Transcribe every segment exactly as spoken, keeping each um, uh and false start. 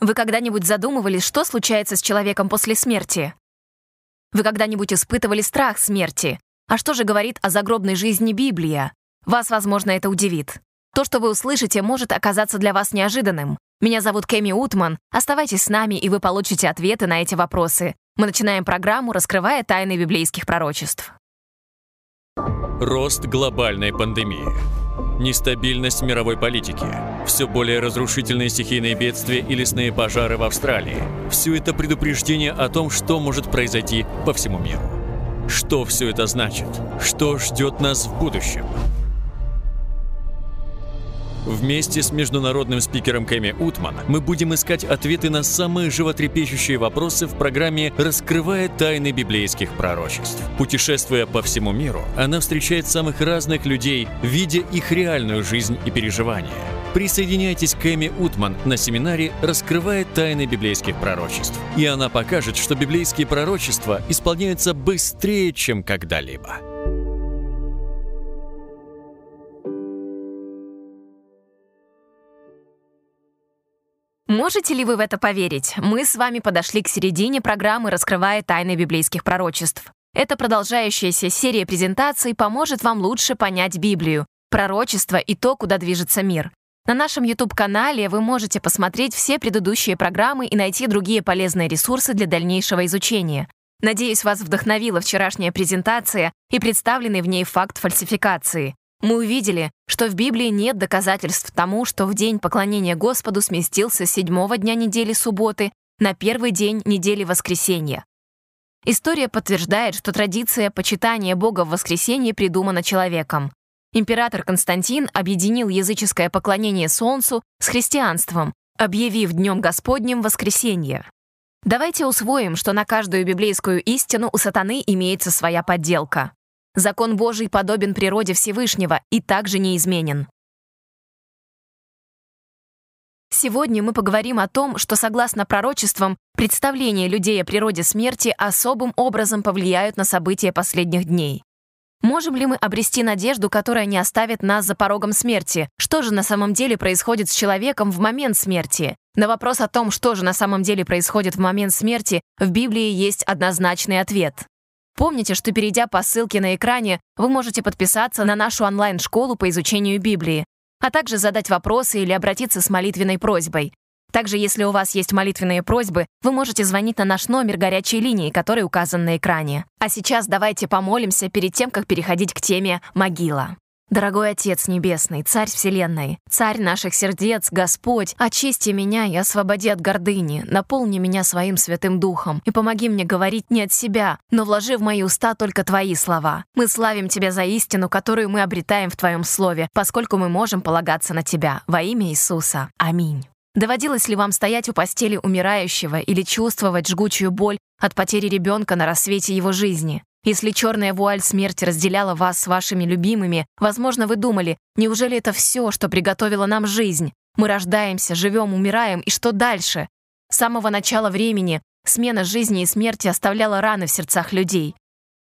Вы когда-нибудь задумывались, что случается с человеком после смерти? Вы когда-нибудь испытывали страх смерти? А что же говорит о загробной жизни Библия? Вас, возможно, это удивит. То, что вы услышите, может оказаться для вас неожиданным. Меня зовут Кэми Утман. Оставайтесь с нами, и вы получите ответы на эти вопросы. Мы начинаем программу, раскрывая тайны библейских пророчеств. Рост глобальной пандемии. Нестабильность мировой политики. Все более разрушительные стихийные бедствия и лесные пожары в Австралии. Все это предупреждение о том, что может произойти по всему миру. Что все это значит? Что ждет нас в будущем? Вместе с международным спикером Кэми Утман мы будем искать ответы на самые животрепещущие вопросы в программе «Раскрывая тайны библейских пророчеств». Путешествуя по всему миру, она встречает самых разных людей, видя их реальную жизнь и переживания. Присоединяйтесь к Кэми Утман на семинаре «Раскрывая тайны библейских пророчеств». И она покажет, что библейские пророчества исполняются быстрее, чем когда-либо. Можете ли вы в это поверить? Мы с вами подошли к середине программы «Раскрывая тайны библейских пророчеств». Эта продолжающаяся серия презентаций поможет вам лучше понять Библию, пророчество и то, куда движется мир. На нашем YouTube-канале вы можете посмотреть все предыдущие программы и найти другие полезные ресурсы для дальнейшего изучения. Надеюсь, вас вдохновила вчерашняя презентация и представленный в ней факт фальсификации. Мы увидели, что в Библии нет доказательств тому, что в день поклонения Господу сместился с седьмого дня недели субботы на первый день недели воскресенья. История подтверждает, что традиция почитания Бога в воскресенье придумана человеком. Император Константин объединил языческое поклонение Солнцу с христианством, объявив Днем Господним воскресенье. Давайте усвоим, что на каждую библейскую истину у сатаны имеется своя подделка. Закон Божий подобен природе Всевышнего и также неизменен. Сегодня мы поговорим о том, что, согласно пророчествам, представления людей о природе смерти особым образом повлияют на события последних дней. Можем ли мы обрести надежду, которая не оставит нас за порогом смерти? Что же на самом деле происходит с человеком в момент смерти? На вопрос о том, что же на самом деле происходит в момент смерти, в Библии есть однозначный ответ. Помните, что, перейдя по ссылке на экране, вы можете подписаться на нашу онлайн-школу по изучению Библии, а также задать вопросы или обратиться с молитвенной просьбой. Также, если у вас есть молитвенные просьбы, вы можете звонить на наш номер горячей линии, который указан на экране. А сейчас давайте помолимся перед тем, как переходить к теме «Могила». Дорогой Отец Небесный, Царь Вселенной, Царь наших сердец, Господь, очисти меня и освободи от гордыни, наполни меня своим Святым Духом и помоги мне говорить не от себя, но вложи в мои уста только Твои слова. Мы славим Тебя за истину, которую мы обретаем в Твоем Слове, поскольку мы можем полагаться на Тебя. Во имя Иисуса. Аминь. Доводилось ли вам стоять у постели умирающего или чувствовать жгучую боль от потери ребенка на рассвете его жизни? Если черная вуаль смерти разделяла вас с вашими любимыми, возможно, вы думали, неужели это все, что приготовила нам жизнь? Мы рождаемся, живем, умираем, и что дальше? С самого начала времени смена жизни и смерти оставляла раны в сердцах людей.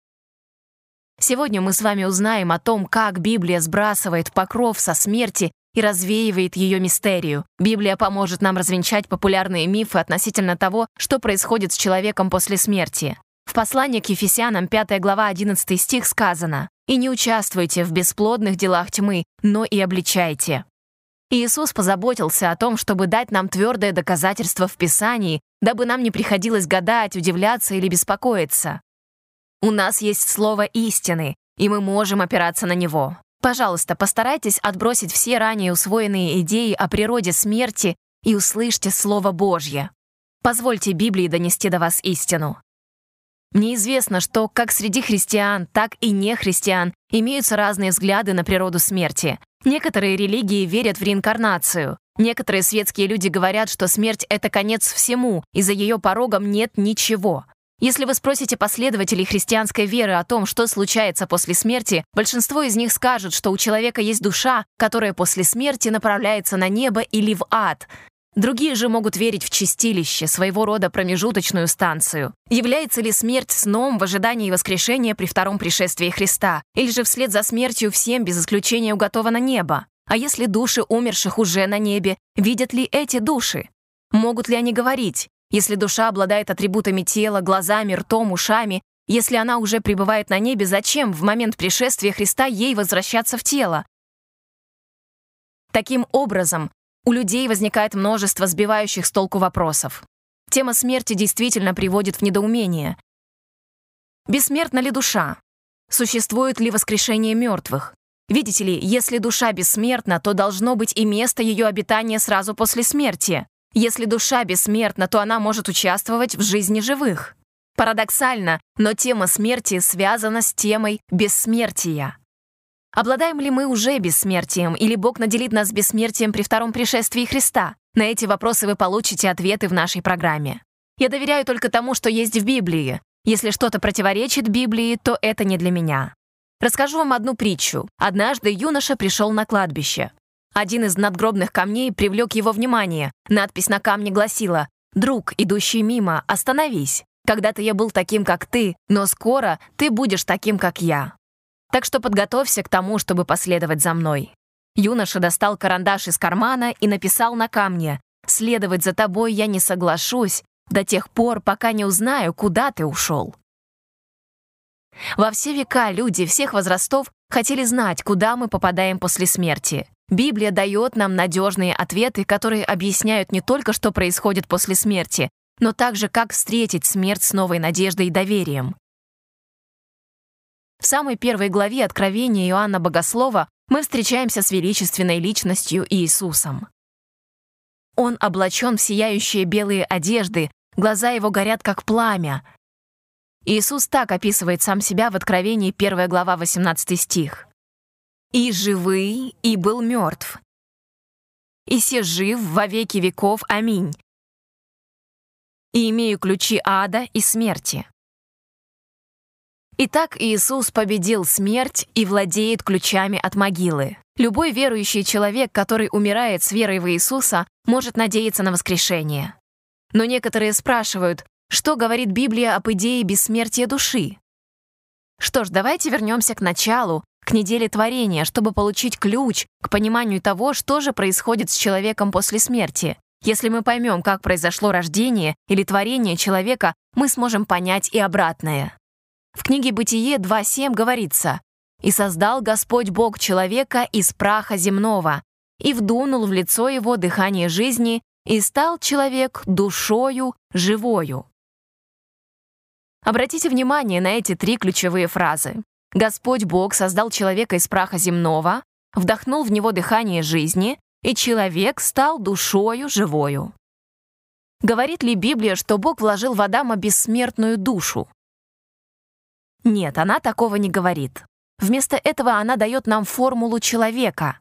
Сегодня мы с вами узнаем о том, как Библия сбрасывает покров со смерти и развеивает ее мистерию. Библия поможет нам развенчать популярные мифы относительно того, что происходит с человеком после смерти. В послании к Ефесянам, пятая глава, одиннадцатый стих сказано: «И не участвуйте в бесплодных делах тьмы, но и обличайте». Иисус позаботился о том, чтобы дать нам твердое доказательство в Писании, дабы нам не приходилось гадать, удивляться или беспокоиться. У нас есть слово истины, и мы можем опираться на него. Пожалуйста, постарайтесь отбросить все ранее усвоенные идеи о природе смерти и услышьте Слово Божье. Позвольте Библии донести до вас истину. Мне известно, что как среди христиан, так и нехристиан имеются разные взгляды на природу смерти. Некоторые религии верят в реинкарнацию. Некоторые светские люди говорят, что смерть — это конец всему, и за ее порогом нет ничего. Если вы спросите последователей христианской веры о том, что случается после смерти, большинство из них скажут, что у человека есть душа, которая после смерти направляется на небо или в ад. Другие же могут верить в чистилище, своего рода промежуточную станцию. Является ли смерть сном в ожидании воскрешения при втором пришествии Христа? Или же вслед за смертью всем без исключения уготовано небо? А если души умерших уже на небе, видят ли эти души? Могут ли они говорить, если душа обладает атрибутами тела, глазами, ртом, ушами, если она уже пребывает на небе, зачем в момент пришествия Христа ей возвращаться в тело? Таким образом, у людей возникает множество сбивающих с толку вопросов. Тема смерти действительно приводит в недоумение. Бессмертна ли душа? Существует ли воскрешение мертвых? Видите ли, если душа бессмертна, то должно быть и место ее обитания сразу после смерти. Если душа бессмертна, то она может участвовать в жизни живых. Парадоксально, но тема смерти связана с темой бессмертия. Обладаем ли мы уже бессмертием, или Бог наделит нас бессмертием при втором пришествии Христа? На эти вопросы вы получите ответы в нашей программе. Я доверяю только тому, что есть в Библии. Если что-то противоречит Библии, то это не для меня. Расскажу вам одну притчу. Однажды юноша пришел на кладбище. Один из надгробных камней привлек его внимание. Надпись на камне гласила: «Друг, идущий мимо, остановись. Когда-то я был таким, как ты, но скоро ты будешь таким, как я. Так что подготовься к тому, чтобы последовать за мной». Юноша достал карандаш из кармана и написал на камне: «Следовать за тобой я не соглашусь до тех пор, пока не узнаю, куда ты ушел». Во все века люди всех возрастов хотели знать, куда мы попадаем после смерти. Библия дает нам надежные ответы, которые объясняют не только, что происходит после смерти, но также, как встретить смерть с новой надеждой и доверием. В самой первой главе Откровения Иоанна Богослова мы встречаемся с величественной личностью Иисусом. Он облачен в сияющие белые одежды, глаза его горят, как пламя. Иисус так описывает сам себя в Откровении, первая глава, восемнадцатый стих. «И живый, и был мертв. И се жив во веки веков. Аминь. И имею ключи ада и смерти». Итак, Иисус победил смерть и владеет ключами от могилы. Любой верующий человек, который умирает с верой в Иисуса, может надеяться на воскрешение. Но некоторые спрашивают, что говорит Библия об идее бессмертия души? Что ж, давайте вернемся к началу, к неделе творения, чтобы получить ключ к пониманию того, что же происходит с человеком после смерти. Если мы поймем, как произошло рождение или творение человека, мы сможем понять и обратное. В книге Бытие два семь говорится: «И создал Господь Бог человека из праха земного, и вдунул в лицо его дыхание жизни, и стал человек душою живою». Обратите внимание на эти три ключевые фразы. Господь Бог создал человека из праха земного, вдохнул в него дыхание жизни, и человек стал душою живою. Говорит ли Библия, что Бог вложил в Адама бессмертную душу? Нет, она такого не говорит. Вместо этого она дает нам формулу человека.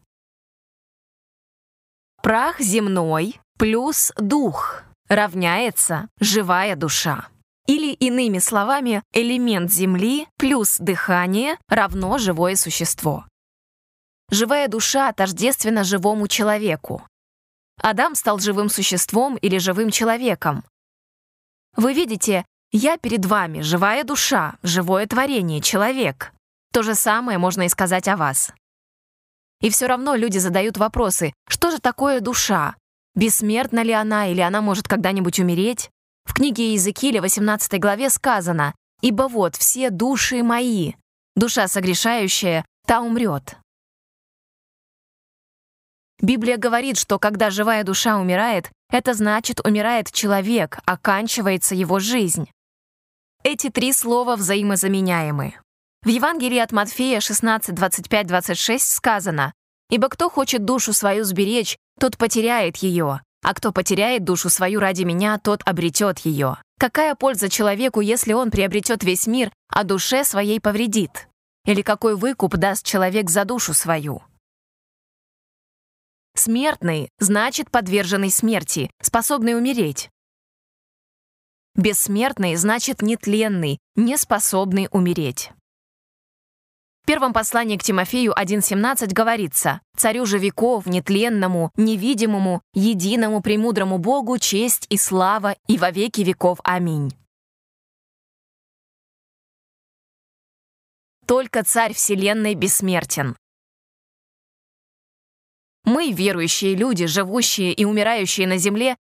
Прах земной плюс дух равняется живая душа. Или, иными словами, элемент земли плюс дыхание равно живое существо. Живая душа тождественна живому человеку. Адам стал живым существом или живым человеком. Вы видите, я перед вами живая душа, живое творение, человек. То же самое можно и сказать о вас. И все равно люди задают вопросы: что же такое душа? Бессмертна ли она, или она может когда-нибудь умереть? В книге Иезекииля, восемнадцатой главе, сказано: «Ибо вот все души мои, душа согрешающая, та умрет». Библия говорит, что когда живая душа умирает, это значит, умирает человек, оканчивается его жизнь. Эти три слова взаимозаменяемы. В Евангелии от Матфея шестнадцать, двадцать пять, двадцать шесть сказано: «Ибо кто хочет душу свою сберечь, тот потеряет ее, а кто потеряет душу свою ради меня, тот обретет ее. Какая польза человеку, если он приобретет весь мир, а душе своей повредит? Или какой выкуп даст человек за душу свою?» Смертный значит подверженный смерти, способный умереть. Бессмертный значит нетленный, неспособный умереть. В первом послании к Тимофею один семнадцать говорится: «Царю же веков, нетленному, невидимому, единому премудрому Богу честь и слава и во веки веков. Аминь». Только Царь Вселенной бессмертен. Мы, верующие люди, живущие и умирающие на земле,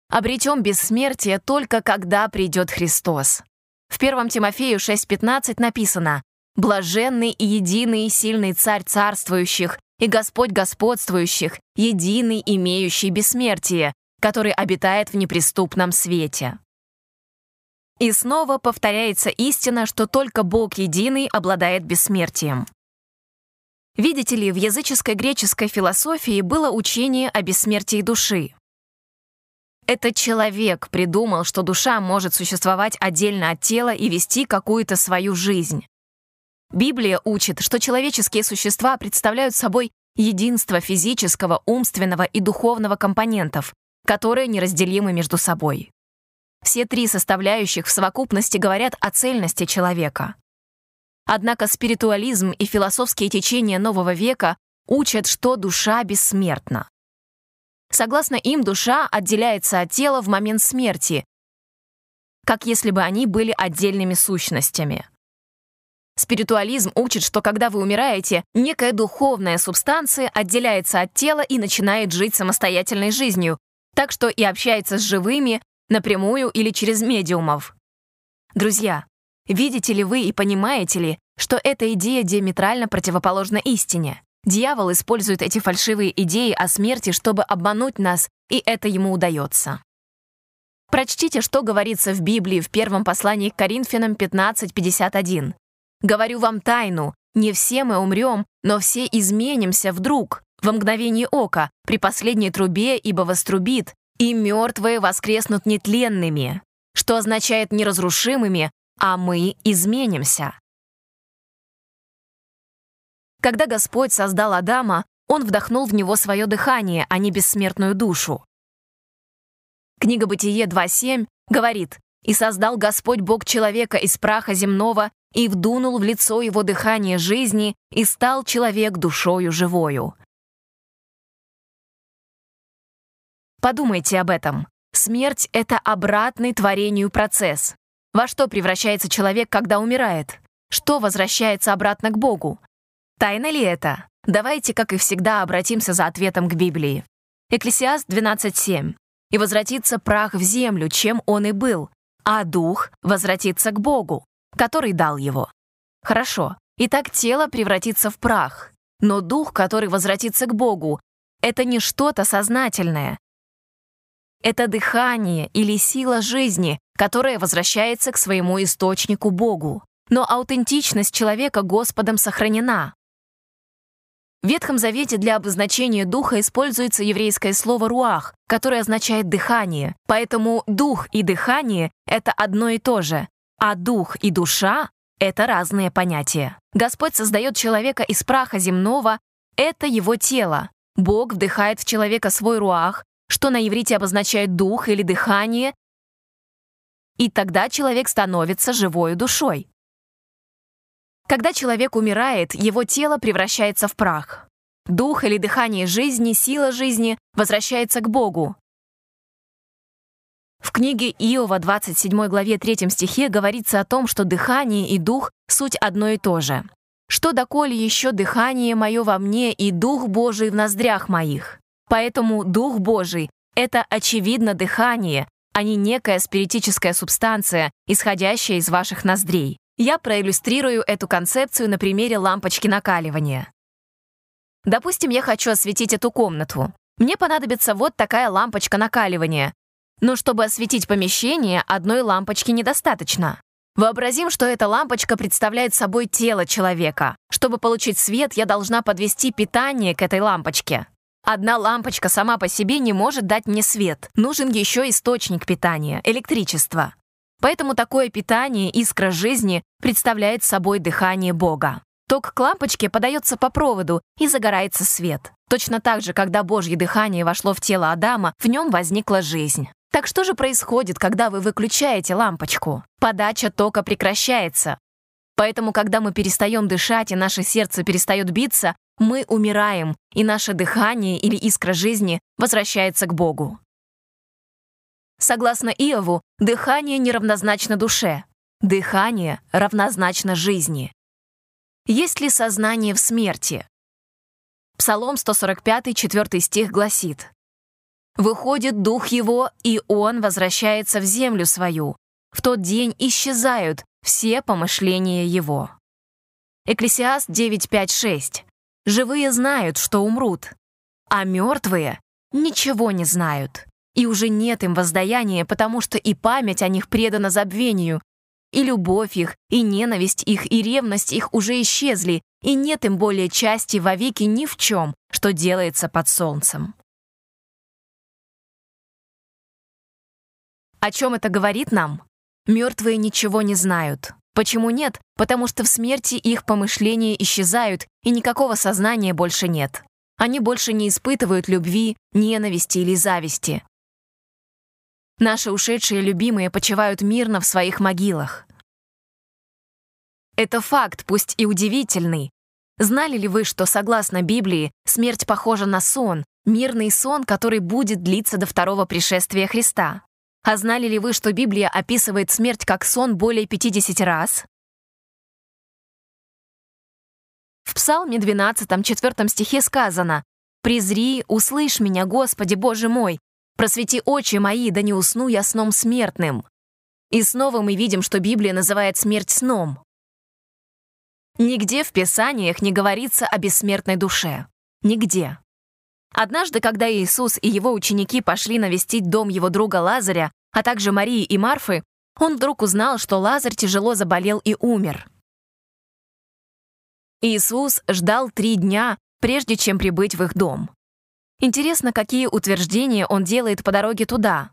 обретем бессмертие только когда придет Христос. В первом Тимофею шесть пятнадцать написано: «Блаженный и единый сильный Царь царствующих и Господь господствующих, единый, имеющий бессмертие, который обитает в неприступном свете». И снова повторяется истина, что только Бог единый обладает бессмертием. Видите ли, в языческой греческой философии было учение о бессмертии души. Этот человек придумал, что душа может существовать отдельно от тела и вести какую-то свою жизнь. Библия учит, что человеческие существа представляют собой единство физического, умственного и духовного компонентов, которые неразделимы между собой. Все три составляющих в совокупности говорят о цельности человека. Однако спиритуализм и философские течения нового века учат, что душа бессмертна. Согласно им, душа отделяется от тела в момент смерти, как если бы они были отдельными сущностями. Спиритуализм учит, что когда вы умираете, некая духовная субстанция отделяется от тела и начинает жить самостоятельной жизнью, так что и общается с живыми напрямую или через медиумов. Друзья, видите ли вы и понимаете ли, что эта идея диаметрально противоположна истине? Дьявол использует эти фальшивые идеи о смерти, чтобы обмануть нас, и это ему удается. Прочтите, что говорится в Библии в первом послании к Коринфянам пятнадцать пятьдесят один. «Говорю вам тайну, не все мы умрем, но все изменимся вдруг, во мгновение ока, при последней трубе, ибо вострубит, и мертвые воскреснут нетленными», что означает неразрушимыми, а мы изменимся. Когда Господь создал Адама, Он вдохнул в него свое дыхание, а не бессмертную душу. Книга Бытие два семь говорит: «И создал Господь Бог человека из праха земного, и вдунул в лицо его дыхание жизни, и стал человек душою живою». Подумайте об этом. Смерть — это обратный творению процесс. Во что превращается человек, когда умирает? Что возвращается обратно к Богу? Тайна ли это? Давайте, как и всегда, обратимся за ответом к Библии. Экклесиаст двенадцать семь. «И возвратится прах в землю, чем он и был, а дух возвратится к Богу, который дал его». Хорошо, итак, тело превратится в прах, но дух, который возвратится к Богу, это не что-то сознательное. Это дыхание или сила жизни, которая возвращается к своему источнику Богу. Но аутентичность человека Господом сохранена. В Ветхом Завете для обозначения духа используется еврейское слово «руах», которое означает «дыхание». Поэтому дух и дыхание — это одно и то же, а дух и душа — это разные понятия. Господь создает человека из праха земного — это его тело. Бог вдыхает в человека свой руах, что на иврите обозначает дух или дыхание, и тогда человек становится живой душой. Когда человек умирает, его тело превращается в прах. Дух или дыхание жизни, сила жизни возвращается к Богу. В книге Иова, двадцать седьмой главе, третьем стихе говорится о том, что дыхание и дух — суть одно и то же. «Что доколе еще дыхание мое во мне и дух Божий в ноздрях моих?» Поэтому дух Божий — это, очевидно, дыхание, а не некая спиритическая субстанция, исходящая из ваших ноздрей. Я проиллюстрирую эту концепцию на примере лампочки накаливания. Допустим, я хочу осветить эту комнату. Мне понадобится вот такая лампочка накаливания. Но чтобы осветить помещение, одной лампочки недостаточно. Вообразим, что эта лампочка представляет собой тело человека. Чтобы получить свет, я должна подвести питание к этой лампочке. Одна лампочка сама по себе не может дать мне свет. Нужен еще источник питания — электричество. Поэтому такое питание, искра жизни, представляет собой дыхание Бога. Ток к лампочке подается по проводу, и загорается свет. Точно так же, когда Божье дыхание вошло в тело Адама, в нем возникла жизнь. Так что же происходит, когда вы выключаете лампочку? Подача тока прекращается. Поэтому, когда мы перестаем дышать и наше сердце перестает биться, мы умираем, и наше дыхание или искра жизни возвращается к Богу. Согласно Иову, дыхание не равнозначно душе. Дыхание равнозначно жизни. Есть ли сознание в смерти? Псалом сто сорок пять, четвёртый стих гласит: Выходит дух его, и он возвращается в землю свою. В тот день исчезают все помышления его. Экклесиаст девять, пять, шесть. Живые знают, что умрут, а мертвые ничего не знают. И уже нет им воздаяния, потому что и память о них предана забвению, и любовь их, и ненависть их, и ревность их уже исчезли, и нет им более части вовеки ни в чем, что делается под солнцем. О чем это говорит нам? Мертвые ничего не знают. Почему нет? Потому что в смерти их помышления исчезают, и никакого сознания больше нет. Они больше не испытывают любви, ненависти или зависти. Наши ушедшие любимые почивают мирно в своих могилах. Это факт, пусть и удивительный. Знали ли вы, что, согласно Библии, смерть похожа на сон, мирный сон, который будет длиться до второго пришествия Христа? А знали ли вы, что Библия описывает смерть как сон более пятидесяти раз? В Псалме двенадцатом, четвёртом стихе сказано: «Презри, услышь меня, Господи, Боже мой, просвети очи мои, да не усну я сном смертным». И снова мы видим, что Библия называет смерть сном. Нигде в Писаниях не говорится о бессмертной душе. Нигде. Однажды, когда Иисус и его ученики пошли навестить дом его друга Лазаря, а также Марии и Марфы, он вдруг узнал, что Лазарь тяжело заболел и умер. Иисус ждал три дня, прежде чем прибыть в их дом. Интересно, какие утверждения он делает по дороге туда.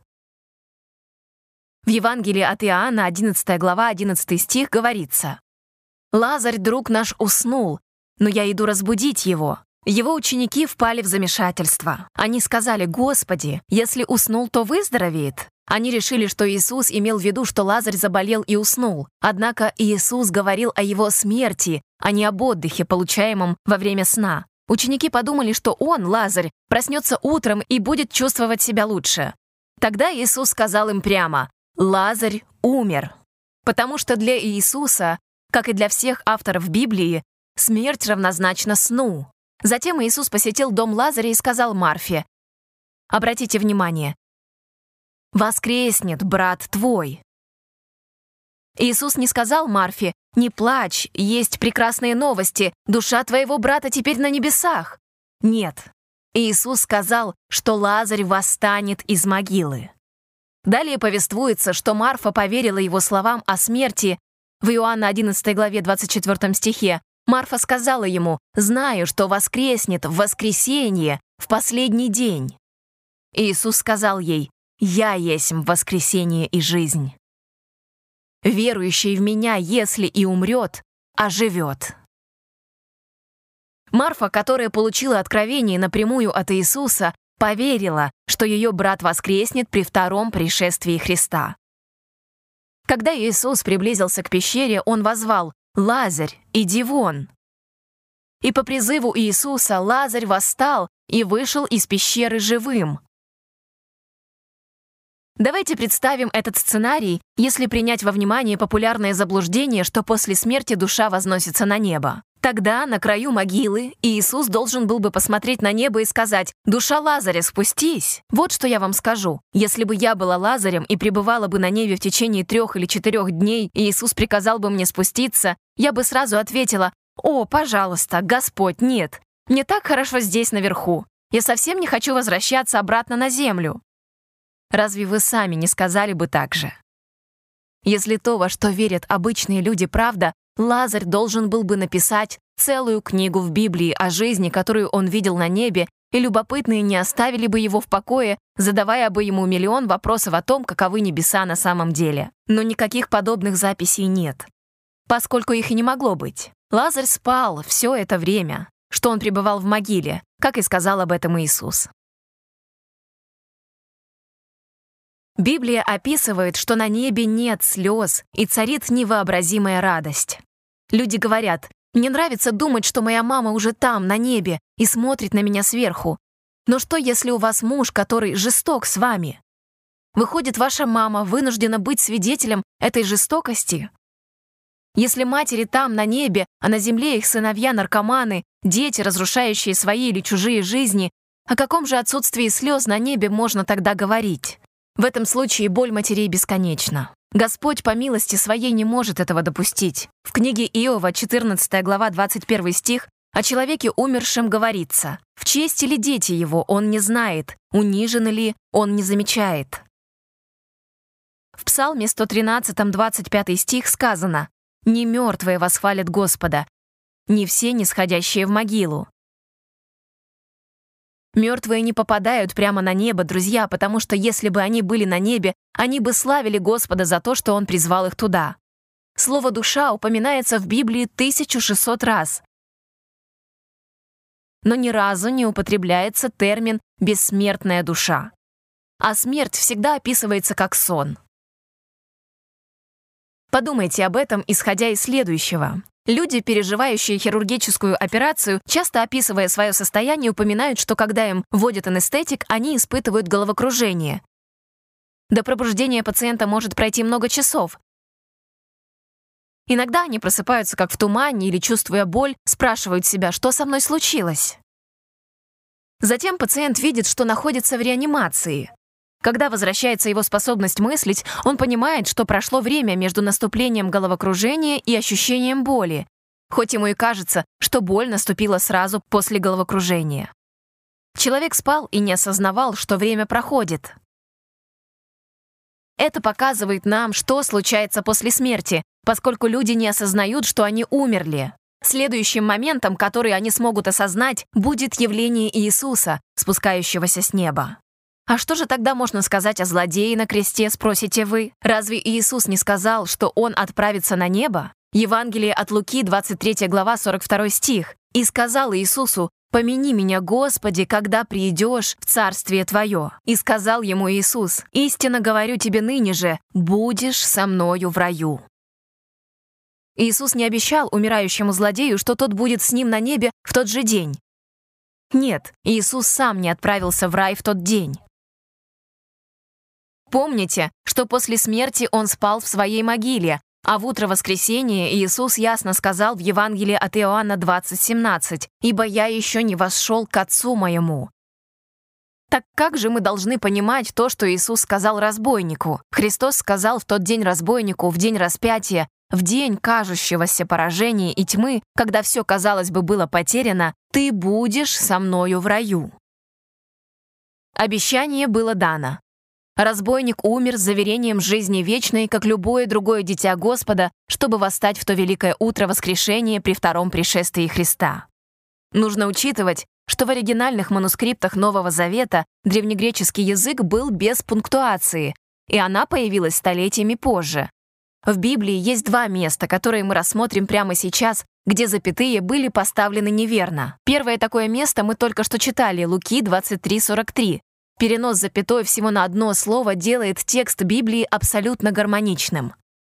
В Евангелии от Иоанна, одиннадцатая глава, одиннадцатый стих, говорится: «Лазарь, друг наш, уснул, но я иду разбудить его». Его ученики впали в замешательство. Они сказали: «Господи, если уснул, то выздоровеет». Они решили, что Иисус имел в виду, что Лазарь заболел и уснул. Однако Иисус говорил о его смерти, а не об отдыхе, получаемом во время сна. Ученики подумали, что он, Лазарь, проснется утром и будет чувствовать себя лучше. Тогда Иисус сказал им прямо: «Лазарь умер». Потому что для Иисуса, как и для всех авторов Библии, смерть равнозначна сну. Затем Иисус посетил дом Лазаря и сказал Марфе: «Обратите внимание, воскреснет брат твой». Иисус не сказал Марфе: «Не плачь, есть прекрасные новости, душа твоего брата теперь на небесах». Нет. Иисус сказал, что Лазарь восстанет из могилы. Далее повествуется, что Марфа поверила его словам о смерти. В Иоанна одиннадцатой главе двадцать четвёртом стихе Марфа сказала ему: «Знаю, что воскреснет в воскресенье, в последний день». Иисус сказал ей: «Я есмь воскресение и жизнь. Верующий в Меня, если и умрет, оживет». Марфа, которая получила откровение напрямую от Иисуса, поверила, что ее брат воскреснет при втором пришествии Христа. Когда Иисус приблизился к пещере, Он воззвал: «Лазарь, иди вон». И по призыву Иисуса Лазарь восстал и вышел из пещеры живым. Давайте представим этот сценарий, если принять во внимание популярное заблуждение, что после смерти душа возносится на небо. Тогда, на краю могилы, Иисус должен был бы посмотреть на небо и сказать: «Душа Лазаря, спустись!» Вот что я вам скажу. Если бы я была Лазарем и пребывала бы на небе в течение трех или четырех дней, и Иисус приказал бы мне спуститься, я бы сразу ответила: «О, пожалуйста, Господь, нет! Мне так хорошо здесь наверху! Я совсем не хочу возвращаться обратно на землю!» Разве вы сами не сказали бы так же? Если то, во что верят обычные люди, правда, Лазарь должен был бы написать целую книгу в Библии о жизни, которую он видел на небе, и любопытные не оставили бы его в покое, задавая бы ему миллион вопросов о том, каковы небеса на самом деле. Но никаких подобных записей нет, поскольку их и не могло быть. Лазарь спал все это время, что он пребывал в могиле, как и сказал об этом Иисус. Библия описывает, что на небе нет слез и царит невообразимая радость. Люди говорят: «Мне нравится думать, что моя мама уже там, на небе, и смотрит на меня сверху. Но что, если у вас муж, который жесток с вами? Выходит, ваша мама вынуждена быть свидетелем этой жестокости? Если матери там, на небе, а на земле их сыновья наркоманы, дети, разрушающие свои или чужие жизни, О каком же отсутствии слез на небе можно тогда говорить? В этом случае боль матерей бесконечна. Господь по милости своей не может этого допустить. В книге Иова, четырнадцатая глава, двадцать первый стих, о человеке умершем говорится: «В чести ли дети его, он не знает, унижен ли, он не замечает». В Псалме сто тринадцатом, двадцать пятый стих сказано: «Не мертвые восхвалят Господа, не все нисходящие в могилу». Мертвые не попадают прямо на небо, друзья, потому что если бы они были на небе, они бы славили Господа за то, что Он призвал их туда. Слово «душа» упоминается в Библии тысячу шестьсот раз. Но ни разу не употребляется термин «бессмертная душа». А смерть всегда описывается как сон. Подумайте об этом, исходя из следующего. Люди, переживающие хирургическую операцию, часто описывая свое состояние, упоминают, что когда им вводят анестетик, они испытывают головокружение. До пробуждения пациента может пройти много часов. Иногда они просыпаются как в тумане или, чувствуя боль, спрашивают себя, что со мной случилось. Затем пациент видит, что находится в реанимации. Когда возвращается его способность мыслить, он понимает, что прошло время между наступлением головокружения и ощущением боли, хоть ему и кажется, что боль наступила сразу после головокружения. Человек спал и не осознавал, что время проходит. Это показывает нам, что случается после смерти, поскольку люди не осознают, что они умерли. Следующим моментом, который они смогут осознать, будет явление Иисуса, спускающегося с неба. А что же тогда можно сказать о злодее на кресте, спросите вы? Разве Иисус не сказал, что Он отправится на небо? Евангелие от Луки, двадцать третья глава, сорок второй стих. «И сказал Иисусу: помяни меня, Господи, когда придешь в Царствие Твое. И сказал ему Иисус: истинно говорю тебе ныне же, будешь со мною в раю». Иисус не обещал умирающему злодею, что тот будет с ним на небе в тот же день. Нет, Иисус сам не отправился в рай в тот день. Помните, что после смерти Он спал в своей могиле, а в утро воскресения Иисус ясно сказал в Евангелии от Иоанна двадцать семнадцать: «Ибо я еще не восшел к Отцу моему». Так как же мы должны понимать то, что Иисус сказал разбойнику? Христос сказал в тот день разбойнику, в день распятия, в день кажущегося поражения и тьмы, когда все, казалось бы, было потеряно: «Ты будешь со мною в раю». Обещание было дано. Разбойник умер с заверением жизни вечной, как любое другое дитя Господа, чтобы восстать в то великое утро воскрешения при втором пришествии Христа. Нужно учитывать, что в оригинальных манускриптах Нового Завета древнегреческий язык был без пунктуации, и она появилась столетиями позже. В Библии есть два места, которые мы рассмотрим прямо сейчас, где запятые были поставлены неверно. Первое такое место мы только что читали, Луки двадцать три сорок три. Перенос запятой всего на одно слово делает текст Библии абсолютно гармоничным.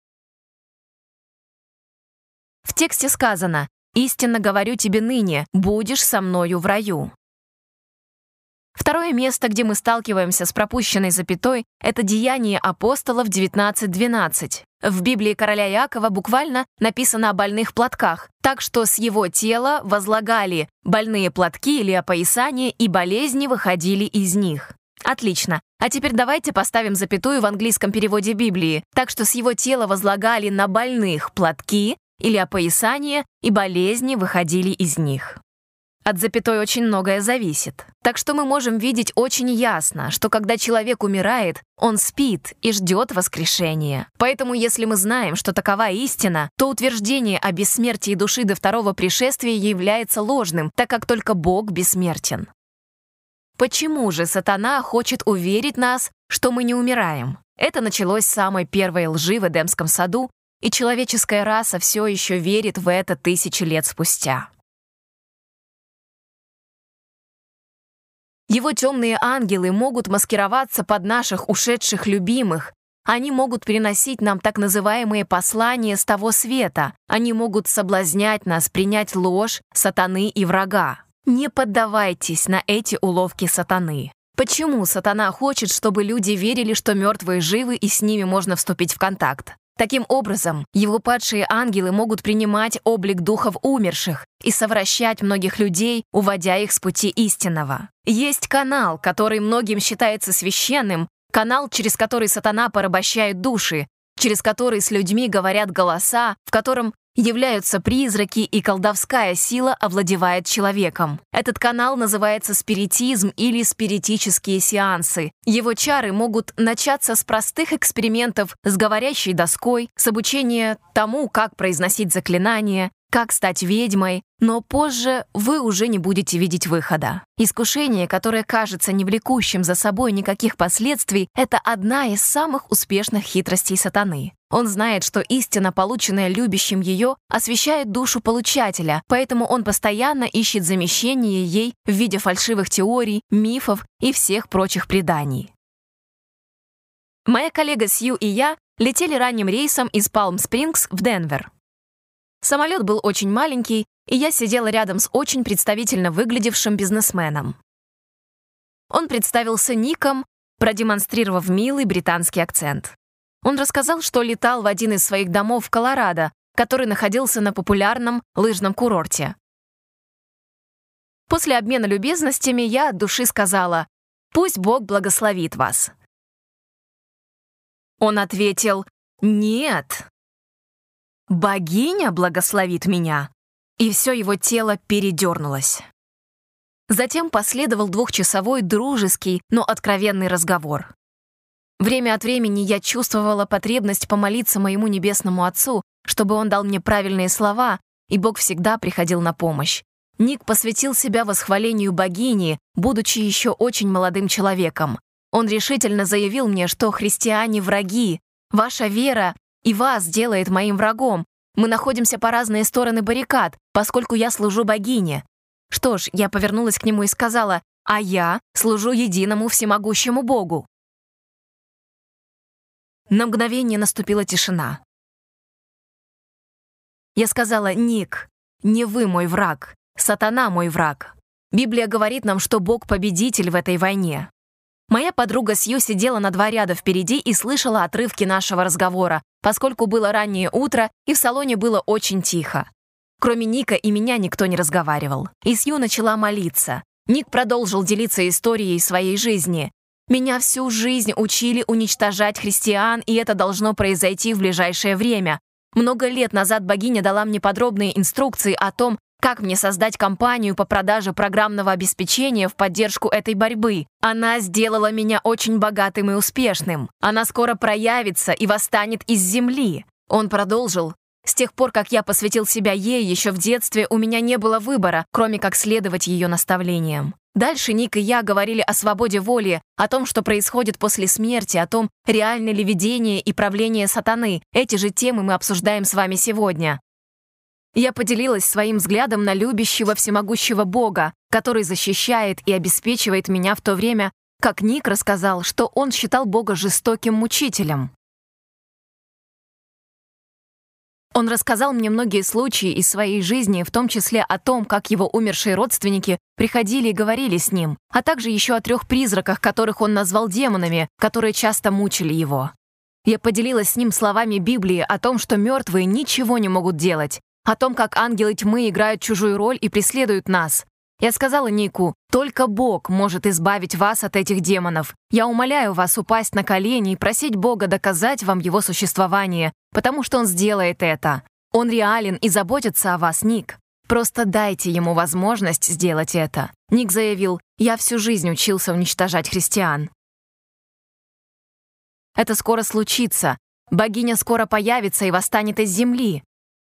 В тексте сказано: «Истинно говорю тебе ныне, будешь со мною в раю». Второе место, где мы сталкиваемся с пропущенной запятой, это Деяния апостолов девятнадцать двенадцать. В Библии короля Иакова буквально написано о больных платках, так что с его тела возлагали больные платки или опоясания, и болезни выходили из них. Отлично. А теперь давайте поставим запятую в английском переводе Библии, так что с его тела возлагали на больных платки или опоясания, и болезни выходили из них. От запятой очень многое зависит. Так что мы можем видеть очень ясно, что когда человек умирает, он спит и ждет воскрешения. Поэтому если мы знаем, что такова истина, то утверждение о бессмертии души до второго пришествия является ложным, так как только Бог бессмертен. Почему же сатана хочет уверить нас, что мы не умираем? Это началось с самой первой лжи в Эдемском саду, и человеческая раса все еще верит в это тысячи лет спустя. Его темные ангелы могут маскироваться под наших ушедших любимых. Они могут приносить нам так называемые послания с того света. Они могут соблазнять нас принять ложь сатаны и врага. Не поддавайтесь на эти уловки сатаны. Почему сатана хочет, чтобы люди верили, что мертвые живы и с ними можно вступить в контакт? Таким образом, его падшие ангелы могут принимать облик духов умерших и совращать многих людей, уводя их с пути истинного. Есть канал, который многим считается священным, канал, через который сатана порабощает души, через который с людьми говорят голоса, в котором являются призраки и колдовская сила овладевает человеком. Этот канал называется спиритизм или спиритические сеансы. Его чары могут начаться с простых экспериментов с говорящей доской, с обучения тому, как произносить заклинания, как стать ведьмой, но позже вы уже не будете видеть выхода. Искушение, которое кажется не влекущим за собой никаких последствий, это одна из самых успешных хитростей сатаны. Он знает, что истина, полученная любящим ее, освещает душу получателя, поэтому он постоянно ищет замещение ей в виде фальшивых теорий, мифов и всех прочих преданий. Моя коллега Сью и я летели ранним рейсом из Палм-Спрингс в Денвер. Самолет был очень маленький, и я сидела рядом с очень представительно выглядевшим бизнесменом. Он представился Ником, продемонстрировав милый британский акцент. Он рассказал, что летал в один из своих домов в Колорадо, который находился на популярном лыжном курорте. После обмена любезностями я от души сказала: «Пусть Бог благословит вас». Он ответил: «Нет, богиня благословит меня», и все его тело передернулось. Затем последовал двухчасовой дружеский, но откровенный разговор. Время от времени я чувствовала потребность помолиться моему небесному Отцу, чтобы он дал мне правильные слова, и Бог всегда приходил на помощь. Ник посвятил себя восхвалению богини, будучи еще очень молодым человеком. Он решительно заявил мне, что христиане — враги, ваша вера и вас делает моим врагом. Мы находимся по разные стороны баррикад, поскольку я служу богине. Что ж, я повернулась к нему и сказала: «А я служу единому всемогущему Богу». На мгновение наступила тишина. Я сказала: «Ник, не вы мой враг, сатана мой враг. Библия говорит нам, что Бог победитель в этой войне». Моя подруга Сью сидела на два ряда впереди и слышала отрывки нашего разговора, поскольку было раннее утро и в салоне было очень тихо. Кроме Ника и меня никто не разговаривал. И Сью начала молиться. Ник продолжил делиться историей своей жизни. «Меня всю жизнь учили уничтожать христиан, и это должно произойти в ближайшее время. Много лет назад богиня дала мне подробные инструкции о том, как мне создать компанию по продаже программного обеспечения в поддержку этой борьбы. Она сделала меня очень богатым и успешным. Она скоро проявится и восстанет из земли». Он продолжил: «С тех пор, как я посвятил себя ей еще в детстве, у меня не было выбора, кроме как следовать ее наставлениям». Дальше Ник и я говорили о свободе воли, о том, что происходит после смерти, о том, реально ли видение и правление сатаны. Эти же темы мы обсуждаем с вами сегодня. Я поделилась своим взглядом на любящего всемогущего Бога, который защищает и обеспечивает меня, в то время как Ник рассказал, что он считал Бога жестоким мучителем. Он рассказал мне многие случаи из своей жизни, в том числе о том, как его умершие родственники приходили и говорили с ним, а также еще о трех призраках, которых он назвал демонами, которые часто мучили его. Я поделилась с ним словами Библии о том, что мертвые ничего не могут делать, о том, как ангелы тьмы играют чужую роль и преследуют нас. Я сказала Нику: «Только Бог может избавить вас от этих демонов. Я умоляю вас упасть на колени и просить Бога доказать вам его существование, потому что Он сделает это. Он реален и заботится о вас, Ник. Просто дайте ему возможность сделать это». Ник заявил: «Я всю жизнь учился уничтожать христиан. Это скоро случится. Богиня скоро появится и восстанет из земли».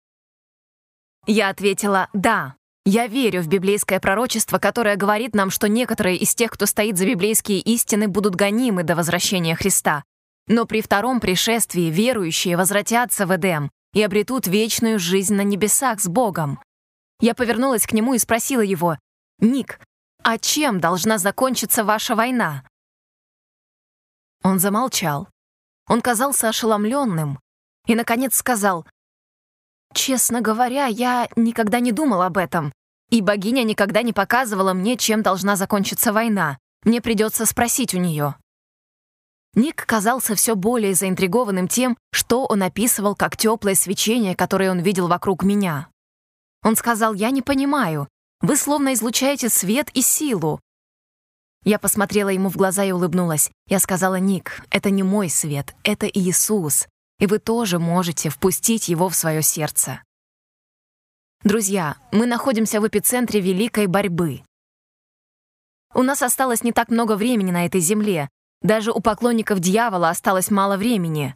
Я ответила: «Да. Я верю в библейское пророчество, которое говорит нам, что некоторые из тех, кто стоит за библейские истины, будут гонимы до возвращения Христа. Но при втором пришествии верующие возвратятся в Эдем и обретут вечную жизнь на небесах с Богом». Я повернулась к нему и спросила его: «Ник, а чем должна закончиться ваша война?» Он замолчал. Он казался ошеломленным и, наконец, сказал: «Честно говоря, я никогда не думал об этом, и богиня никогда не показывала мне, чем должна закончиться война. Мне придется спросить у нее». Ник казался все более заинтригованным тем, что он описывал как теплое свечение, которое он видел вокруг меня. Он сказал: «Я не понимаю. Вы словно излучаете свет и силу». Я посмотрела ему в глаза и улыбнулась. Я сказала: «Ник, это не мой свет, это Иисус, и вы тоже можете впустить его в свое сердце». Друзья, мы находимся в эпицентре великой борьбы. У нас осталось не так много времени на этой земле. Даже у поклонников дьявола осталось мало времени.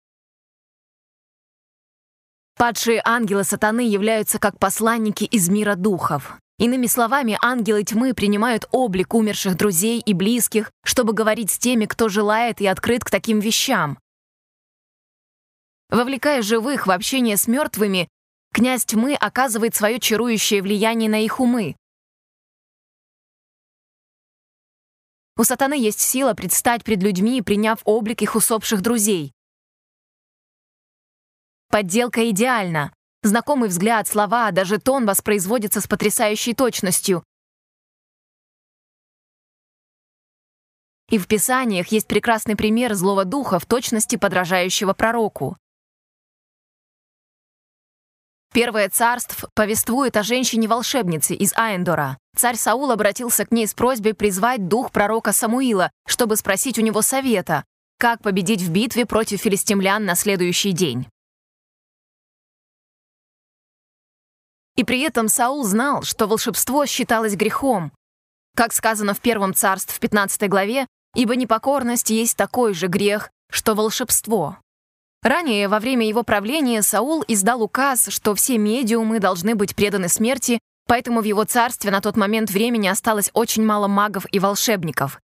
Падшие ангелы сатаны являются как посланники из мира духов. Иными словами, ангелы тьмы принимают облик умерших друзей и близких, чтобы говорить с теми, кто желает и открыт к таким вещам. Вовлекая живых в общение с мертвыми, князь тьмы оказывает свое чарующее влияние на их умы. У сатаны есть сила предстать пред людьми, приняв облик их усопших друзей. Подделка идеальна. Знакомый взгляд, слова, даже тон воспроизводятся с потрясающей точностью. И в Писаниях есть прекрасный пример злого духа в точности подражающего пророку. Первое царств повествует о женщине-волшебнице из Аэндора. Царь Саул обратился к ней с просьбой призвать дух пророка Самуила, чтобы спросить у него совета, как победить в битве против филистимлян на следующий день. И при этом Саул знал, что волшебство считалось грехом. Как сказано в Первом царств в пятнадцатой главе, «Ибо непокорность есть такой же грех, что волшебство». Ранее, во время его правления, Саул издал указ, что все медиумы должны быть преданы смерти, поэтому в его царстве на тот момент времени осталось очень мало магов и волшебников.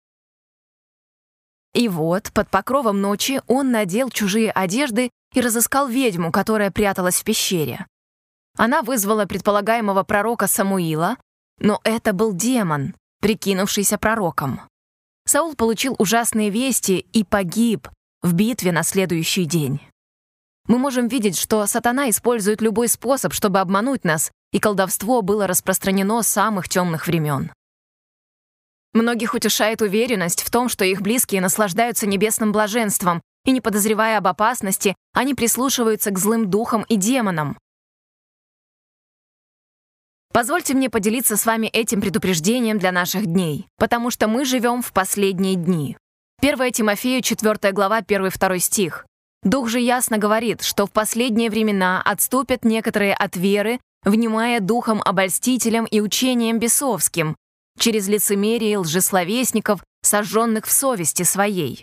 И вот, под покровом ночи, он надел чужие одежды и разыскал ведьму, которая пряталась в пещере. Она вызвала предполагаемого пророка Самуила, но это был демон, прикинувшийся пророком. Саул получил ужасные вести и погиб в битве на следующий день. Мы можем видеть, что сатана использует любой способ, чтобы обмануть нас, и колдовство было распространено с самых темных времен. Многих утешает уверенность в том, что их близкие наслаждаются небесным блаженством, и, не подозревая об опасности, они прислушиваются к злым духам и демонам. Позвольте мне поделиться с вами этим предупреждением для наших дней, потому что мы живем в последние дни. первое Тимофею, четвёртая глава, первый-второй стих. «Дух же ясно говорит, что в последние времена отступят некоторые от веры, внимая духом обольстителям и учениям бесовским, через лицемерие лжесловесников, сожженных в совести своей».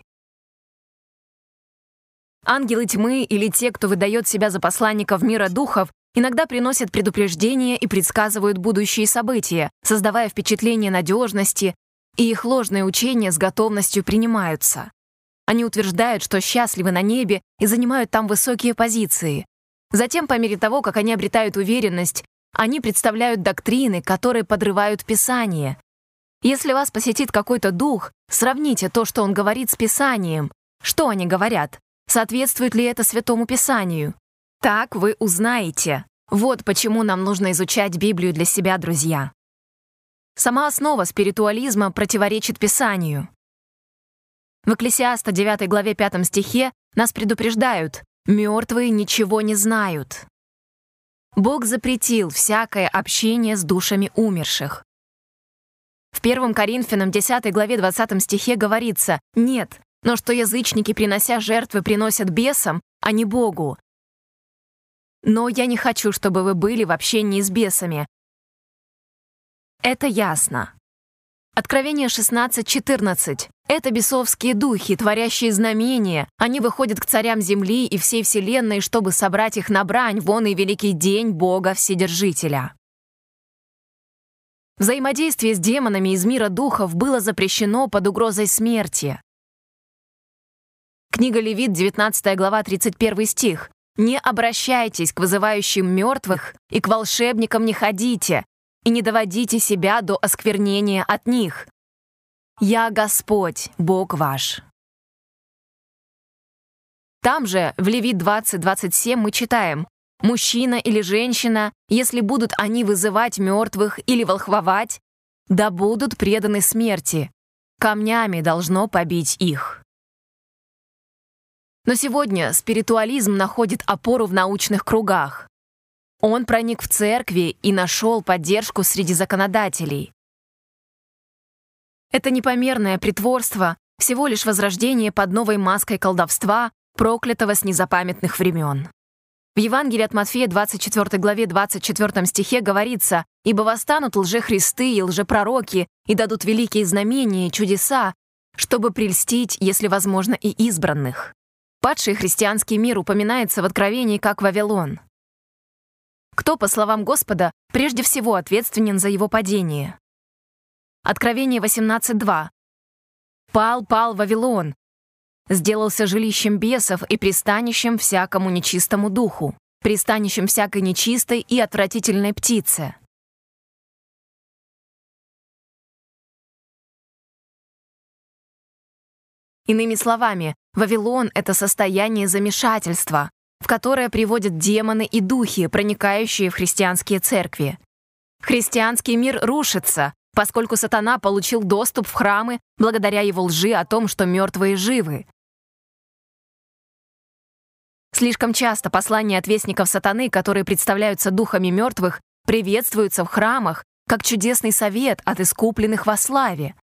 Ангелы тьмы или те, кто выдает себя за посланников мира духов, иногда приносят предупреждения и предсказывают будущие события, создавая впечатление надежности, и их ложные учения с готовностью принимаются. Они утверждают, что счастливы на небе и занимают там высокие позиции. Затем, по мере того, как они обретают уверенность, они представляют доктрины, которые подрывают Писание. Если вас посетит какой-то дух, сравните то, что он говорит, с Писанием. Что они говорят? Соответствует ли это Святому Писанию? Так вы узнаете. Вот почему нам нужно изучать Библию для себя, друзья. Сама основа спиритуализма противоречит Писанию. В Экклесиаста девятой главе пятом стихе нас предупреждают: «Мертвые ничего не знают». Бог запретил всякое общение с душами умерших. В первом Коринфянам десятой главе двадцатом стихе говорится: «Нет, но что язычники, принося жертвы, приносят бесам, а не Богу». Но я не хочу, чтобы вы были в общении с бесами. Это ясно. Откровение шестнадцать четырнадцать. Это бесовские духи, творящие знамения. Они выходят к царям земли и всей вселенной, чтобы собрать их на брань в он и великий день Бога Вседержителя. Взаимодействие с демонами из мира духов было запрещено под угрозой смерти. Книга Левит, девятнадцатая глава, тридцать первый стих. «Не обращайтесь к вызывающим мертвых, и к волшебникам не ходите, и не доводите себя до осквернения от них. Я Господь, Бог ваш». Там же, в Левит двадцать двадцать семь, мы читаем: «Мужчина или женщина, если будут они вызывать мертвых или волхвовать, да будут преданы смерти, камнями должно побить их». Но сегодня спиритуализм находит опору в научных кругах. Он проник в церкви и нашел поддержку среди законодателей. Это непомерное притворство — всего лишь возрождение под новой маской колдовства, проклятого с незапамятных времен. В Евангелии от Матфея, двадцать четвёртой главе, двадцать четвёртом стихе говорится: «Ибо восстанут лжехристы и лжепророки, и дадут великие знамения и чудеса, чтобы прельстить, если возможно, и избранных». Падший христианский мир упоминается в Откровении как Вавилон. Кто, по словам Господа, прежде всего ответственен за его падение? Откровение восемнадцать два. «Пал, пал Вавилон, сделался жилищем бесов и пристанищем всякому нечистому духу, пристанищем всякой нечистой и отвратительной птице». Иными словами, Вавилон — это состояние замешательства, в которое приводят демоны и духи, проникающие в христианские церкви. Христианский мир рушится, поскольку сатана получил доступ в храмы благодаря его лжи о том, что мертвые живы. Слишком часто послания от вестников сатаны, которые представляются духами мертвых, приветствуются в храмах как чудесный совет от искупленных во славе.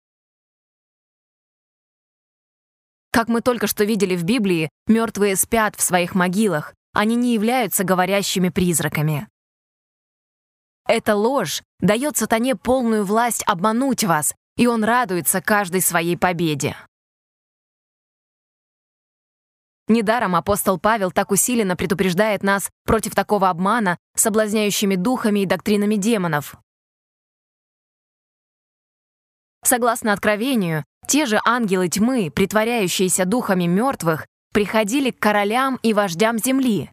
Как мы только что видели в Библии, мертвые спят в своих могилах, они не являются говорящими призраками. Эта ложь дает сатане полную власть обмануть вас, и он радуется каждой своей победе. Недаром апостол Павел так усиленно предупреждает нас против такого обмана соблазняющими духами и доктринами демонов. Согласно Откровению, те же ангелы тьмы, притворяющиеся духами мертвых, приходили к королям и вождям земли.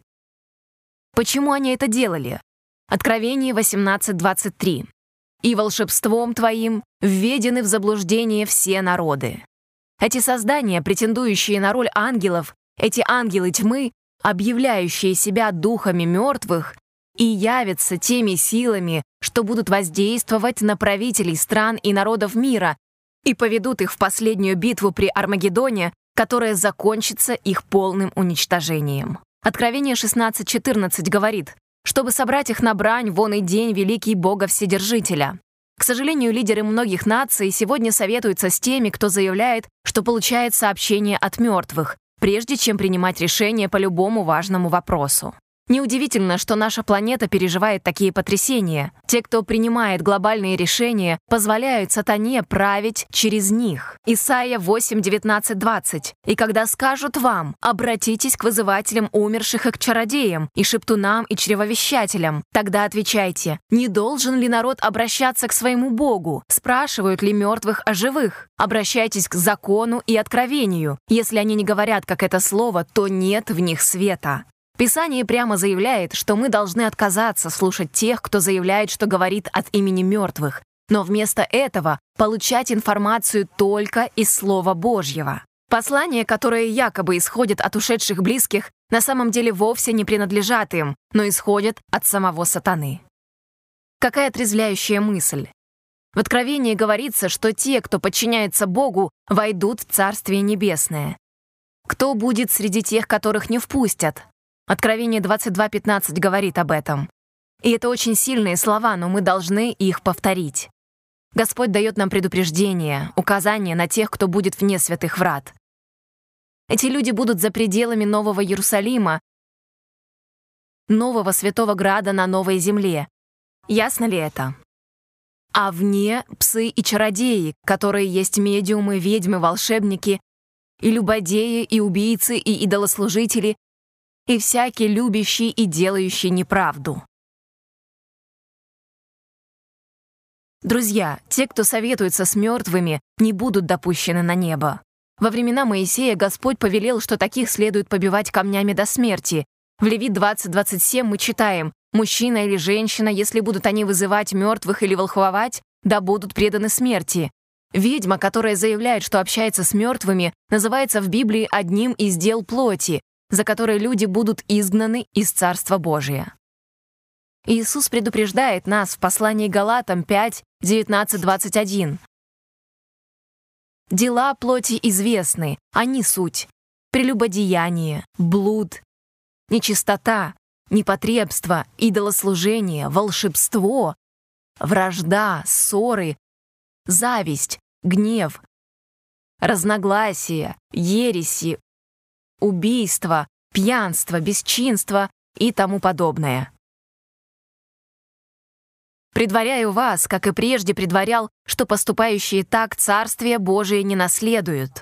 Почему они это делали? Откровение восемнадцать двадцать три. «И волшебством твоим введены в заблуждение все народы». Эти создания, претендующие на роль ангелов, эти ангелы тьмы, объявляющие себя духами мертвых, и явятся теми силами, что будут воздействовать на правителей стран и народов мира и поведут их в последнюю битву при Армагеддоне, которая закончится их полным уничтожением. Откровение шестнадцать четырнадцать говорит: «Чтобы собрать их на брань вон и день великий Бога Вседержителя». К сожалению, лидеры многих наций сегодня советуются с теми, кто заявляет, что получает сообщение от мертвых, прежде чем принимать решение по любому важному вопросу. Неудивительно, что наша планета переживает такие потрясения. Те, кто принимает глобальные решения, позволяют сатане править через них. Исайя восемь девятнадцать двадцать. «И когда скажут вам: обратитесь к вызывателям умерших и к чародеям, и шептунам, и чревовещателям, тогда отвечайте: не должен ли народ обращаться к своему Богу? Спрашивают ли мертвых о живых? Обращайтесь к закону и откровению. Если они не говорят, как это слово, то нет в них света». Писание прямо заявляет, что мы должны отказаться слушать тех, кто заявляет, что говорит от имени мертвых, но вместо этого получать информацию только из Слова Божьего. Послания, которые якобы исходят от ушедших близких, на самом деле вовсе не принадлежат им, но исходят от самого сатаны. Какая отрезвляющая мысль! В Откровении говорится, что те, кто подчиняется Богу, войдут в Царствие Небесное. Кто будет среди тех, которых не впустят? Откровение двадцать два пятнадцать говорит об этом. И это очень сильные слова, но мы должны их повторить. Господь дает нам предупреждение, указание на тех, кто будет вне святых врат. Эти люди будут за пределами Нового Иерусалима, нового святого града на новой земле. Ясно ли это? А вне псы и чародеи, которые есть медиумы, ведьмы, волшебники, и любодеи, и убийцы, и идолослужители, и всякий любящий и делающий неправду. Друзья, те, кто советуется с мертвыми, не будут допущены на небо. Во времена Моисея Господь повелел, что таких следует побивать камнями до смерти. В Левит двадцать двадцать семь мы читаем: «Мужчина или женщина, если будут они вызывать мертвых или волхвовать, да будут преданы смерти». Ведьма, которая заявляет, что общается с мертвыми, называется в Библии одним из дел плоти, за которые люди будут изгнаны из Царства Божия. Иисус предупреждает нас в послании Галатам пять девятнадцать двадцать один. «Дела плоти известны, они суть: прелюбодеяние, блуд, нечистота, непотребство, идолослужение, волшебство, вражда, ссоры, зависть, гнев, разногласия, ереси, убийство, пьянство, бесчинство и тому подобное. Предваряю вас, как и прежде предварял, что поступающие так Царствие Божие не наследуют.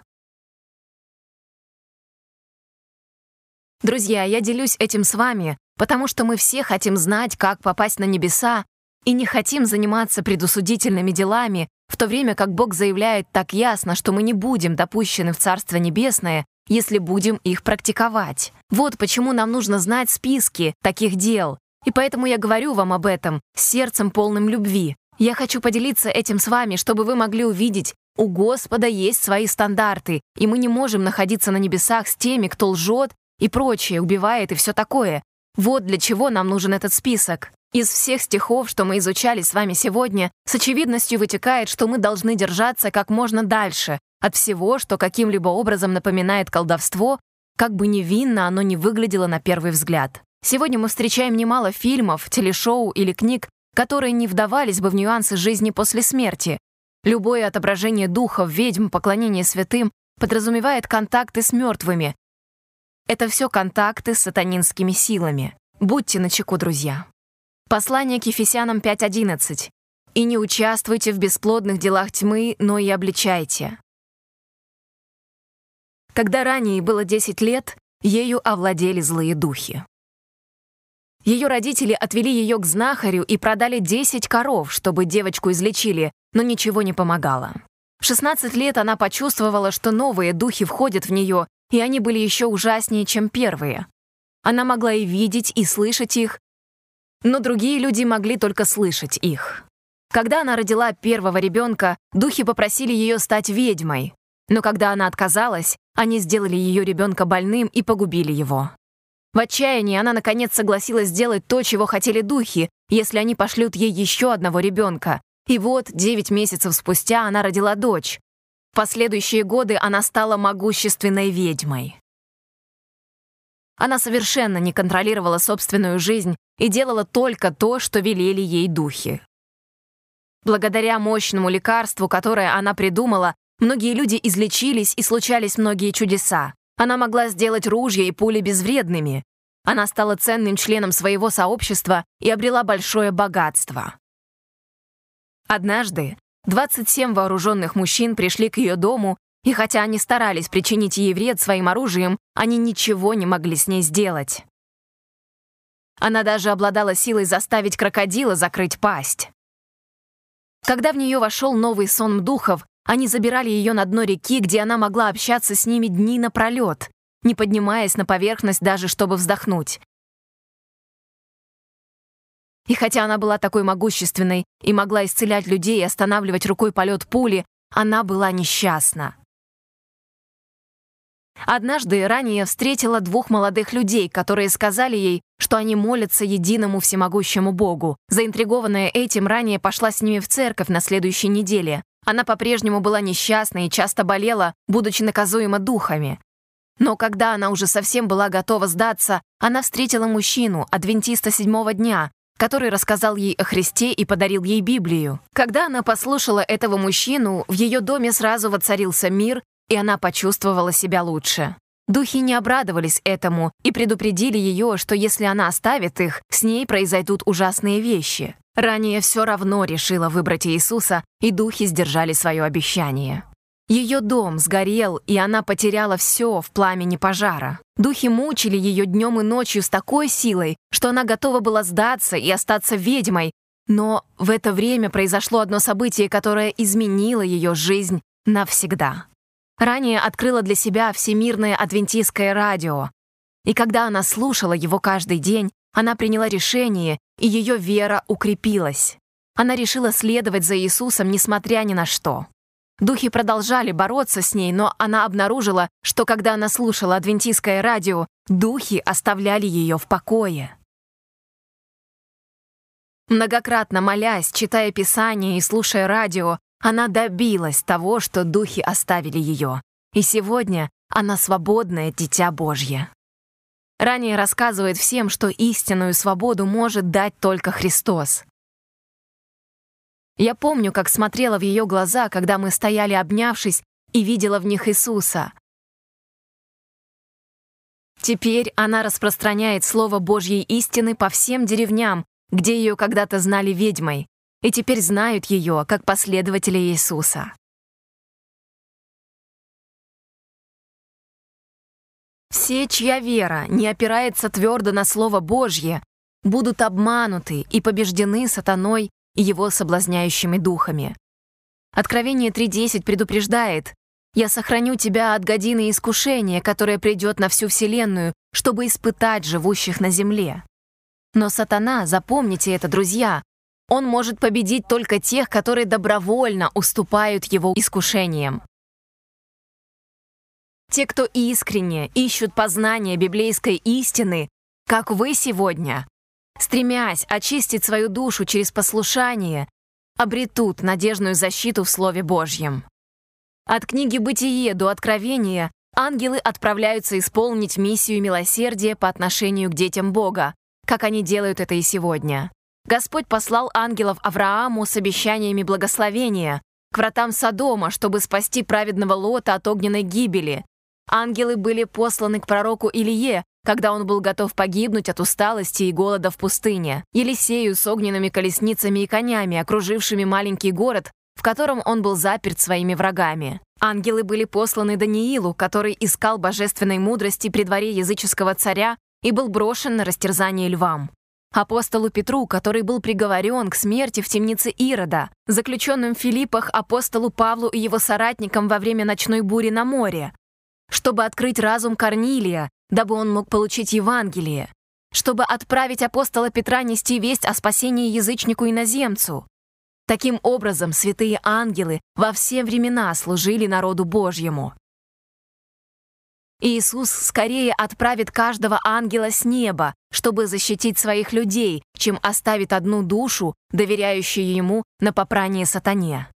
Друзья, я делюсь этим с вами, потому что мы все хотим знать, как попасть на небеса, и не хотим заниматься предусудительными делами, в то время как Бог заявляет так ясно, что мы не будем допущены в Царство Небесное, если будем их практиковать. Вот почему нам нужно знать списки таких дел. И поэтому я говорю вам об этом с сердцем полным любви. Я хочу поделиться этим с вами, чтобы вы могли увидеть, у Господа есть свои стандарты, и мы не можем находиться на небесах с теми, кто лжет и прочее, убивает и все такое. Вот для чего нам нужен этот список. Из всех стихов, что мы изучали с вами сегодня, с очевидностью вытекает, что мы должны держаться как можно дальше от всего, что каким-либо образом напоминает колдовство, как бы невинно оно ни выглядело на первый взгляд. Сегодня мы встречаем немало фильмов, телешоу или книг, которые не вдавались бы в нюансы жизни после смерти. Любое отображение духов, ведьм, поклонение святым подразумевает контакты с мертвыми. Это все контакты с сатанинскими силами. Будьте начеку, друзья. Послание к Ефесянам пять одиннадцать. «И не участвуйте в бесплодных делах тьмы, но и обличайте». Когда ранее было десять лет, ею овладели злые духи. Ее родители отвели ее к знахарю и продали десять коров, чтобы девочку излечили, но ничего не помогало. В шестнадцать лет она почувствовала, что новые духи входят в нее, и они были еще ужаснее, чем первые. Она могла и видеть, и слышать их, но другие люди могли только слышать их. Когда она родила первого ребенка, духи попросили ее стать ведьмой, но когда она отказалась, они сделали ее ребенка больным и погубили его. В отчаянии она, наконец, согласилась сделать то, чего хотели духи, если они пошлют ей еще одного ребенка. И вот, девять месяцев спустя она родила дочь. В последующие годы она стала могущественной ведьмой. Она совершенно не контролировала собственную жизнь и делала только то, что велели ей духи. Благодаря мощному лекарству, которое она придумала, многие люди излечились и случались многие чудеса. Она могла сделать ружья и пули безвредными. Она стала ценным членом своего сообщества и обрела большое богатство. Однажды двадцать семь вооруженных мужчин пришли к ее дому, и хотя они старались причинить ей вред своим оружием, они ничего не могли с ней сделать. Она даже обладала силой заставить крокодила закрыть пасть. Когда в нее вошел новый сон духов, они забирали ее на дно реки, где она могла общаться с ними дни напролет, не поднимаясь на поверхность даже, чтобы вздохнуть. И хотя она была такой могущественной и могла исцелять людей и останавливать рукой полет пули, она была несчастна. Однажды ранее встретила двух молодых людей, которые сказали ей, что они молятся единому всемогущему Богу. Заинтригованная этим, ранее пошла с ними в церковь на следующей неделе. Она по-прежнему была несчастна и часто болела, будучи наказуема духами. Но когда она уже совсем была готова сдаться, она встретила мужчину, адвентиста седьмого дня, который рассказал ей о Христе и подарил ей Библию. Когда она послушала этого мужчину, в ее доме сразу воцарился мир, и она почувствовала себя лучше. Духи не обрадовались этому и предупредили ее, что если она оставит их, с ней произойдут ужасные вещи. Ранее все равно решила выбрать Иисуса, и духи сдержали свое обещание. Ее дом сгорел, и она потеряла все в пламени пожара. Духи мучили ее днем и ночью с такой силой, что она готова была сдаться и остаться ведьмой. Но в это время произошло одно событие, которое изменило ее жизнь навсегда. Ранее открыла для себя Всемирное адвентистское радио. И когда она слушала его каждый день, она приняла решение, и ее вера укрепилась. Она решила следовать за Иисусом, несмотря ни на что. Духи продолжали бороться с ней, но она обнаружила, что когда она слушала адвентистское радио, духи оставляли ее в покое. Многократно молясь, читая Писание и слушая радио, она добилась того, что духи оставили ее. И сегодня Она свободное дитя Божье. Ранее рассказывает всем, что истинную свободу может дать только Христос. Я помню, как смотрела в ее глаза, когда мы стояли обнявшись, и видела в них Иисуса. Теперь она распространяет слово Божьей истины по всем деревням, где ее когда-то знали ведьмой, и теперь знают ее как последователя Иисуса. Все, чья вера не опирается твердо на Слово Божье, будут обмануты и побеждены сатаной и его соблазняющими духами. Откровение три десять предупреждает: «Я сохраню тебя от годины искушения, которое придет на всю вселенную, чтобы испытать живущих на земле». Но сатана, запомните это, друзья, он может победить только тех, которые добровольно уступают его искушениям. Те, кто искренне ищут познания библейской истины, как вы сегодня, стремясь очистить свою душу через послушание, обретут надежную защиту в Слове Божьем. От книги «Бытие» до Откровения ангелы отправляются исполнить миссию милосердия по отношению к детям Бога, как они делают это и сегодня. Господь послал ангелов Аврааму с обещаниями благословения к вратам Содома, чтобы спасти праведного Лота от огненной гибели. Ангелы были посланы к пророку Илие, когда он был готов погибнуть от усталости и голода в пустыне, Елисею с огненными колесницами и конями, окружившими маленький город, в котором он был заперт своими врагами. Ангелы были посланы Даниилу, который искал божественной мудрости при дворе языческого царя и был брошен на растерзание львам. Апостолу Петру, который был приговорен к смерти в темнице Ирода, заключенным в Филиппах апостолу Павлу и его соратникам во время ночной бури на море, чтобы открыть разум Корнилия, дабы он мог получить Евангелие, чтобы отправить апостола Петра нести весть о спасении язычнику-иноземцу. Таким образом, святые ангелы во все времена служили народу Божьему. Иисус скорее отправит каждого ангела с неба, чтобы защитить своих людей, чем оставит одну душу, доверяющую Ему на попрание сатане.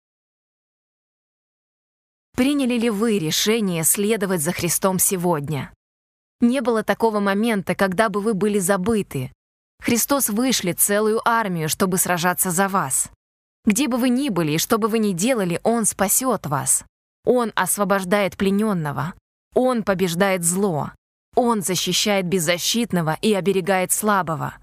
Приняли ли вы решение следовать за Христом сегодня? Не было такого момента, когда бы вы были забыты. Христос вышлет целую армию, чтобы сражаться за вас. Где бы вы ни были и что бы вы ни делали, Он спасет вас. Он освобождает плененного. Он побеждает зло. Он защищает беззащитного и оберегает слабого.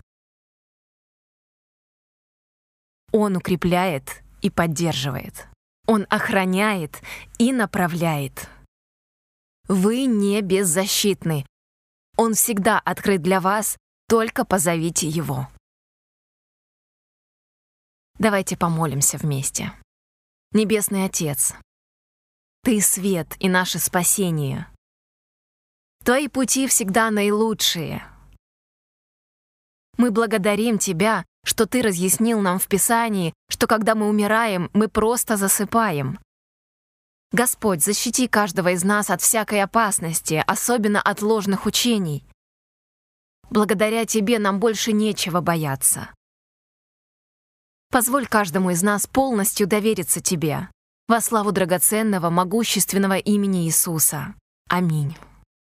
Он укрепляет и поддерживает. Он охраняет и направляет. Вы не беззащитны. Он всегда открыт для вас, только позовите Его. Давайте помолимся вместе. Небесный Отец, Ты свет и наше спасение. Твои пути всегда наилучшие. Мы благодарим Тебя, что Ты разъяснил нам в Писании, что когда мы умираем, мы просто засыпаем. Господь, защити каждого из нас от всякой опасности, особенно от ложных учений. Благодаря Тебе нам больше нечего бояться. Позволь каждому из нас полностью довериться Тебе, во славу драгоценного, могущественного имени Иисуса. Аминь.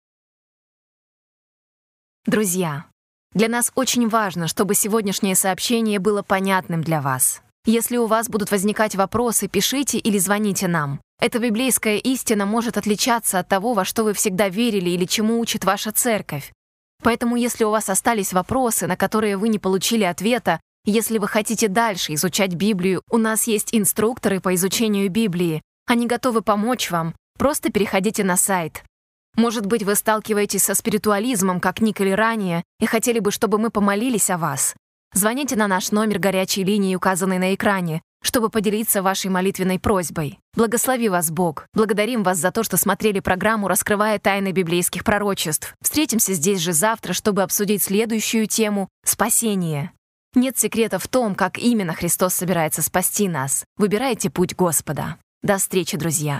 Друзья, для нас очень важно, чтобы сегодняшнее сообщение было понятным для вас. Если у вас будут возникать вопросы, пишите или звоните нам. Эта библейская истина может отличаться от того, во что вы всегда верили или чему учит ваша церковь. Поэтому, если у вас остались вопросы, на которые вы не получили ответа, если вы хотите дальше изучать Библию, у нас есть инструкторы по изучению Библии. Они готовы помочь вам. Просто переходите на сайт. Может быть, вы сталкиваетесь со спиритуализмом, как Ник или ранее, и хотели бы, чтобы мы помолились о вас. Звоните на наш номер горячей линии, указанный на экране, чтобы поделиться вашей молитвенной просьбой. Благослови вас Бог. Благодарим вас за то, что смотрели программу «Раскрывая тайны библейских пророчеств». Встретимся здесь же завтра, чтобы обсудить следующую тему — спасение. Нет секрета в том, как именно Христос собирается спасти нас. Выбирайте путь Господа. До встречи, друзья!